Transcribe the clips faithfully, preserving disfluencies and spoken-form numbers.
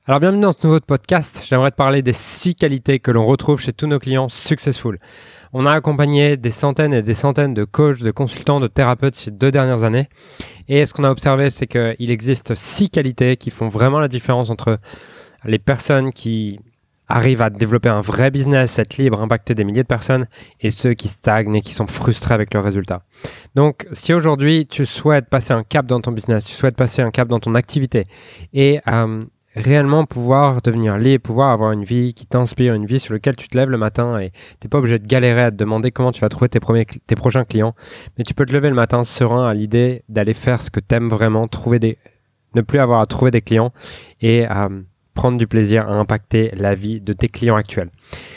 Alors bienvenue dans ce nouveau podcast. J'aimerais te parler des six qualités que l'on retrouve chez tous nos clients successful. On a accompagné des centaines et des centaines de coachs, de consultants, de thérapeutes ces deux dernières années. Et ce qu'on a observé, c'est qu'il existe six qualités qui font vraiment la différence entre les personnes qui arrivent à développer un vrai business, être libres, impacter des milliers de personnes, et ceux qui stagnent et qui sont frustrés avec leurs résultats. Donc, si aujourd'hui tu souhaites passer un cap dans ton business, tu souhaites passer un cap dans ton activité et euh, réellement pouvoir devenir libre, pouvoir avoir une vie qui t'inspire, une vie sur laquelle tu te lèves le matin et tu n'es pas obligé de galérer à te demander comment tu vas trouver tes, premiers, tes prochains clients, mais tu peux te lever le matin serein à l'idée d'aller faire ce que tu aimes vraiment, trouver des, ne plus avoir à trouver des clients et euh, prendre du plaisir à impacter la vie de tes clients actuels.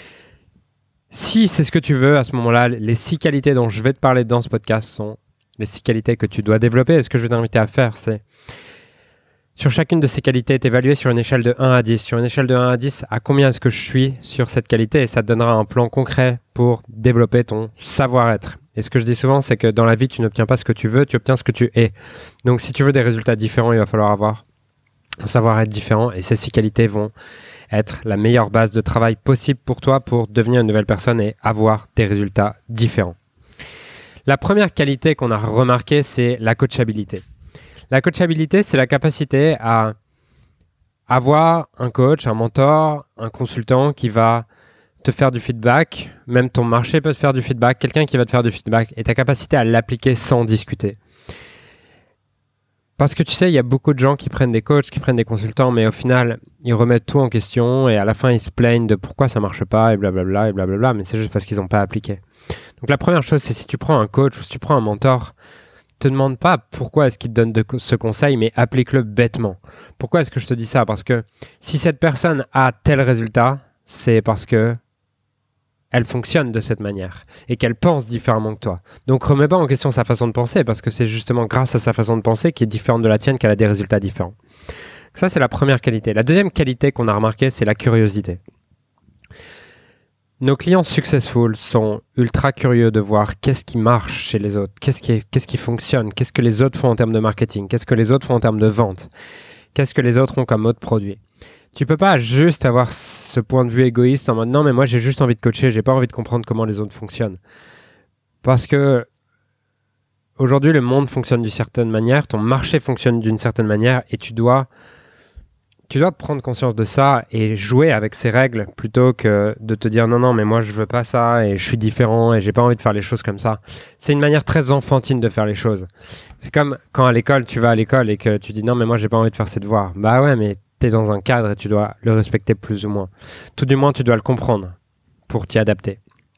Si c'est ce que tu veux, à ce moment-là, les six qualités dont je vais te parler dans ce podcast sont les six qualités que tu dois développer. Et ce que je vais t'inviter à faire, c'est sur chacune de ces qualités, t'évaluer sur une échelle de un à dix. Sur une échelle de un à dix, à combien est-ce que je suis sur cette qualité? Et ça te donnera un plan concret pour développer ton savoir-être. Et ce que je dis souvent, c'est que dans la vie, tu n'obtiens pas ce que tu veux, tu obtiens ce que tu es. Donc si tu veux des résultats différents, il va falloir avoir un savoir-être différent. Et ces six qualités vont être la meilleure base de travail possible pour toi pour devenir une nouvelle personne et avoir des résultats différents. La première qualité qu'on a remarquée, c'est la coachabilité. La coachabilité, c'est la capacité à avoir un coach, un mentor, un consultant qui va te faire du feedback. Même ton marché peut te faire du feedback. Quelqu'un qui va te faire du feedback et ta capacité à l'appliquer sans discuter. Parce que tu sais, il y a beaucoup de gens qui prennent des coachs, qui prennent des consultants, mais au final, ils remettent tout en question et à la fin, ils se plaignent de pourquoi ça marche pas et blablabla et blablabla, mais c'est juste parce qu'ils n'ont pas appliqué. Donc la première chose, c'est si tu prends un coach ou si tu prends un mentor, te demande pas pourquoi est-ce qu'il te donne de ce conseil, mais applique-le bêtement. Pourquoi est-ce que je te dis ça? Parce que si cette personne a tel résultat, c'est parce que elle fonctionne de cette manière et qu'elle pense différemment que toi. Donc, remets pas en question sa façon de penser parce que c'est justement grâce à sa façon de penser qui est différente de la tienne qu'elle a des résultats différents. Ça, c'est la première qualité. La deuxième qualité qu'on a remarquée, c'est la curiosité. Nos clients successful sont ultra curieux de voir qu'est-ce qui marche chez les autres, qu'est-ce qui, qu'est-ce qui fonctionne, qu'est-ce que les autres font en termes de marketing, qu'est-ce que les autres font en termes de vente, qu'est-ce que les autres ont comme autre produit. Tu peux pas juste avoir ce point de vue égoïste en mode non mais moi j'ai juste envie de coacher, j'ai pas envie de comprendre comment les autres fonctionnent. Parce que aujourd'hui le monde fonctionne d'une certaine manière, ton marché fonctionne d'une certaine manière et tu dois tu dois prendre conscience de ça et jouer avec ces règles plutôt que de te dire non non mais moi je veux pas ça et je suis différent et j'ai pas envie de faire les choses comme ça. C'est une manière très enfantine de faire les choses. C'est comme quand à l'école tu vas à l'école et que tu dis non mais moi j'ai pas envie de faire ces devoirs. Bah ouais mais tu es dans un cadre et tu dois le respecter plus ou moins. Tout du moins, tu dois le comprendre pour t'y adapter.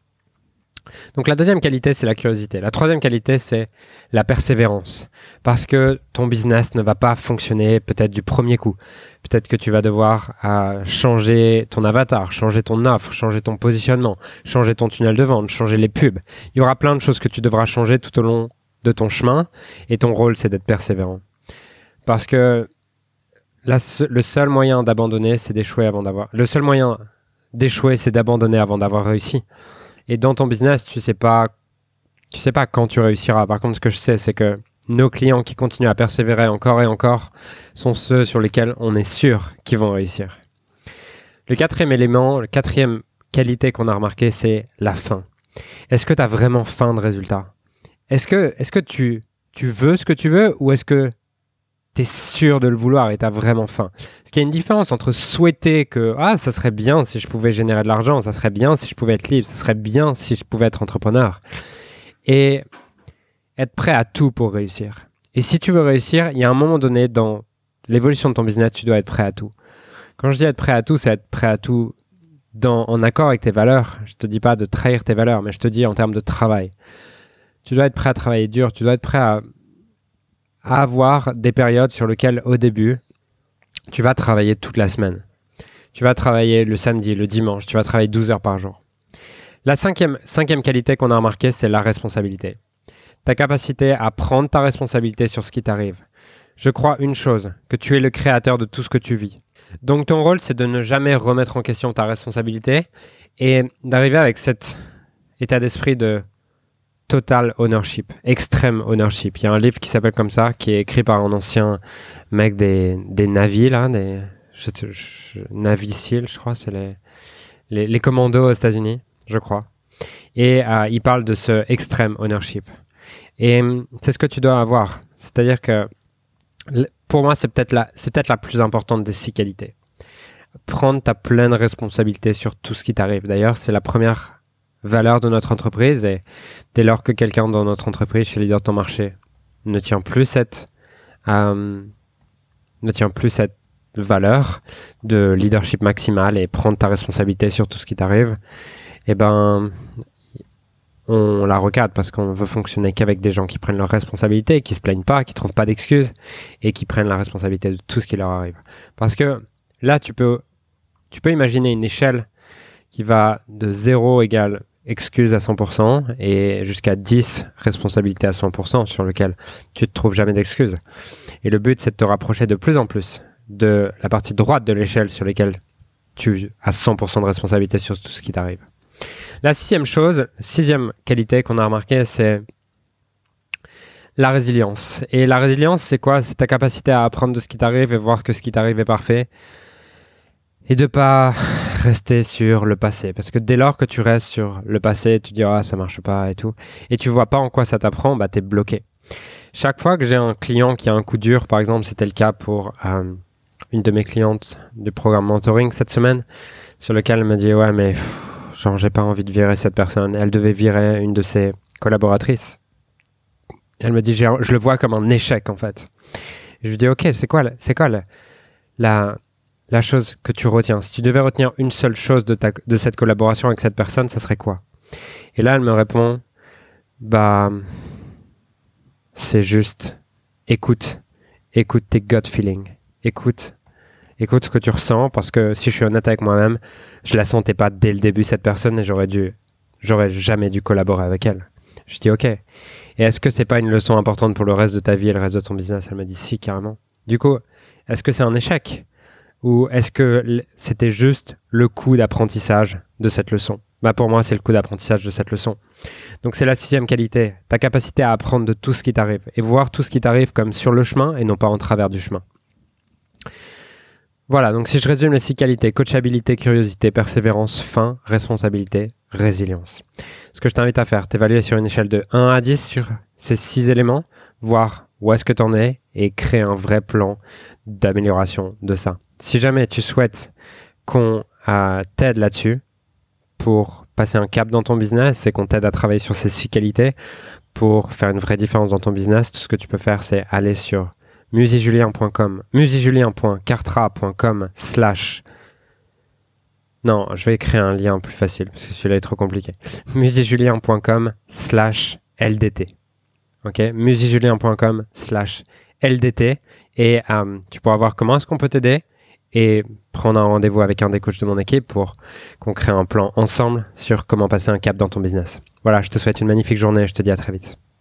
Donc la deuxième qualité, c'est la curiosité. La troisième qualité, c'est la persévérance. Parce que ton business ne va pas fonctionner peut-être du premier coup. Peut-être que tu vas devoir euh, changer ton avatar, changer ton offre, changer ton positionnement, changer ton tunnel de vente, changer les pubs. Il y aura plein de choses que tu devras changer tout au long de ton chemin. Et ton rôle, c'est d'être persévérant. Parce que La, le seul moyen d'abandonner, c'est d'échouer avant d'avoir... Le seul moyen d'échouer, c'est d'abandonner avant d'avoir réussi. Et dans ton business, tu sais pas, tu sais pas quand tu réussiras. Par contre, ce que je sais, c'est que nos clients qui continuent à persévérer encore et encore sont ceux sur lesquels on est sûr qu'ils vont réussir. Le quatrième élément, la quatrième qualité qu'on a remarqué, c'est la faim. Est-ce que tu as vraiment faim de résultat? Est-ce que, est-ce que tu, tu veux ce que tu veux ou est-ce que t'es sûr de le vouloir et t'as vraiment faim. Parce qu'il y a une différence entre souhaiter que ah ça serait bien si je pouvais générer de l'argent, ça serait bien si je pouvais être libre, ça serait bien si je pouvais être entrepreneur, et être prêt à tout pour réussir. Et si tu veux réussir, il y a un moment donné dans l'évolution de ton business, tu dois être prêt à tout. Quand je dis être prêt à tout, c'est être prêt à tout dans, en accord avec tes valeurs. Je te dis pas de trahir tes valeurs, mais je te dis en termes de travail. Tu dois être prêt à travailler dur, tu dois être prêt à à avoir des périodes sur lesquelles, au début, tu vas travailler toute la semaine. Tu vas travailler le samedi, le dimanche, tu vas travailler douze heures par jour. La cinquième, cinquième qualité qu'on a remarquée, c'est la responsabilité. Ta capacité à prendre ta responsabilité sur ce qui t'arrive. Je crois une chose, que tu es le créateur de tout ce que tu vis. Donc ton rôle, c'est de ne jamais remettre en question ta responsabilité et d'arriver avec cet état d'esprit de total ownership, extreme ownership. Il y a un livre qui s'appelle comme ça, qui est écrit par un ancien mec des, des navires, là, des, je, je, Navy SEAL, je crois, c'est les, les, les commandos aux États-Unis, je crois. Et euh, il parle de ce extreme ownership. Et c'est ce que tu dois avoir. C'est-à-dire que pour moi, c'est peut-être la, c'est peut-être la plus importante des six qualités. Prendre ta pleine responsabilité sur tout ce qui t'arrive. D'ailleurs, c'est la première valeur de notre entreprise. Et dès lors que quelqu'un dans notre entreprise, chez Leader de ton marché, ne tient plus cette, euh, ne tient plus cette valeur de leadership maximal et prendre ta responsabilité sur tout ce qui t'arrive, eh ben, on la recadre parce qu'on veut fonctionner qu'avec des gens qui prennent leurs responsabilités, qui se plaignent pas, qui trouvent pas d'excuses et qui prennent la responsabilité de tout ce qui leur arrive. Parce que là, tu peux, tu peux imaginer une échelle qui va de zéro égale excuse à cent pour cent et jusqu'à dix responsabilité à cent pour cent sur lequel tu te trouves jamais d'excuses. Et le but, c'est de te rapprocher de plus en plus de la partie droite de l'échelle sur laquelle tu as cent pour cent de responsabilité sur tout ce qui t'arrive. La sixième chose, sixième qualité qu'on a remarqué, c'est la résilience. Et la résilience, c'est quoi? C'est ta capacité à apprendre de ce qui t'arrive et voir que ce qui t'arrive est parfait. Et de pas rester sur le passé. Parce que dès lors que tu restes sur le passé, tu dis « Ah, ça marche pas » et tout. Et tu vois pas en quoi ça t'apprend, bah t'es bloqué. Chaque fois que j'ai un client qui a un coup dur, par exemple, c'était le cas pour euh, une de mes clientes du programme mentoring cette semaine, sur lequel elle m'a dit « Ouais, mais pff, genre, j'ai pas envie de virer cette personne. » Elle devait virer une de ses collaboratrices. Elle me dit « Je le vois comme un échec, en fait. » Je lui dis « Ok, c'est quoi, c'est quoi la, la, la chose que tu retiens? Si tu devais retenir une seule chose de, ta, de cette collaboration avec cette personne, ça serait quoi? » Et là, elle me répond « Bah... c'est juste, écoute, écoute tes gut feelings, écoute, écoute ce que tu ressens, parce que si je suis honnête avec moi-même, je la sentais pas dès le début cette personne et j'aurais dû, j'aurais jamais dû collaborer avec elle. Je dis ok. Et est-ce que c'est pas une leçon importante pour le reste de ta vie et le reste de ton business? Elle me dit si, carrément. Du coup, est-ce que c'est un échec ou est-ce que c'était juste le coup d'apprentissage de cette leçon? Bah pour moi, c'est le coup d'apprentissage de cette leçon. Donc c'est la sixième qualité, ta capacité à apprendre de tout ce qui t'arrive et voir tout ce qui t'arrive comme sur le chemin et non pas en travers du chemin. Voilà, donc si je résume les six qualités, coachabilité, curiosité, persévérance, fin, responsabilité, résilience. Ce que je t'invite à faire, t'évaluer sur une échelle de un à dix sur ces six éléments, voir où est-ce que t'en es et créer un vrai plan d'amélioration de ça. Si jamais tu souhaites qu'on euh, t'aide là-dessus, pour passer un cap dans ton business, c'est qu'on t'aide à travailler sur ces six qualités pour faire une vraie différence dans ton business. Tout ce que tu peux faire, c'est aller sur musijulien point com, musijulien point cartra point com slash... Non, je vais créer un lien plus facile parce que celui-là est trop compliqué. musijulien point com slash L D T. Ok, musijulien point com slash L D T et euh, tu pourras voir comment est-ce qu'on peut t'aider et prendre un rendez-vous avec un des coachs de mon équipe pour qu'on crée un plan ensemble sur comment passer un cap dans ton business. Voilà, je te souhaite une magnifique journée et je te dis à très vite.